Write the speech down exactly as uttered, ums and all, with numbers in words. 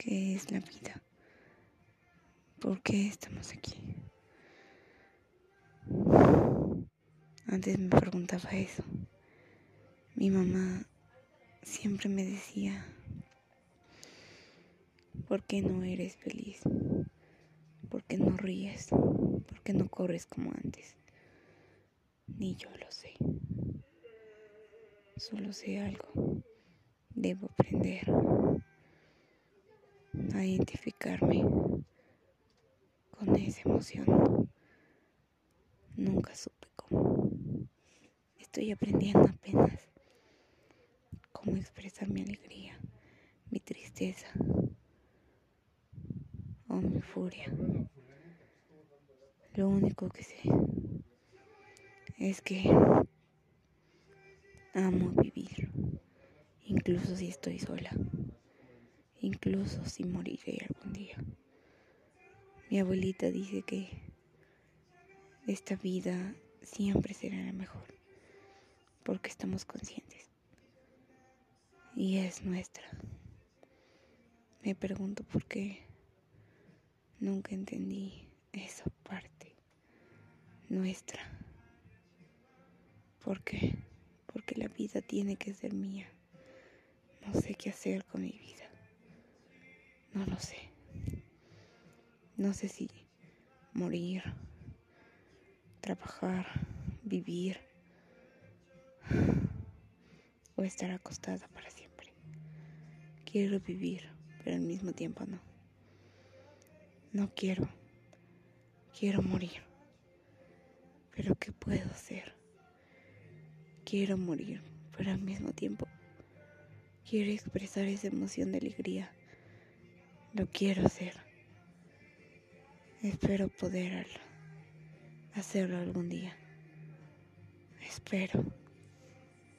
¿Qué es la vida? ¿Por qué estamos aquí? Antes me preguntaba eso. Mi mamá siempre me decía, ¿por qué no eres feliz? ¿Por qué no ríes? ¿Por qué no corres como antes? Ni yo lo sé. Solo sé algo. Debo aprender a identificarme con esa emoción. Nunca supe cómo. Estoy aprendiendo apenas cómo expresar mi alegría, mi tristeza o mi furia. Lo único que sé es que amo vivir, incluso si estoy sola, incluso si moriré algún día. Mi abuelita dice que esta vida siempre será la mejor, porque estamos conscientes y es nuestra. Me pregunto por qué nunca entendí esa parte nuestra. ¿Por qué? Porque la vida tiene que ser mía. No sé qué hacer con mi vida. No lo sé. No sé si morir, trabajar, vivir o estar acostada para siempre. Quiero vivir, pero al mismo tiempo no. No quiero. Quiero morir. Pero ¿qué puedo hacer? Quiero morir, pero al mismo tiempo quiero expresar esa emoción de alegría. Lo quiero hacer. Espero poder hacerlo algún día. Espero.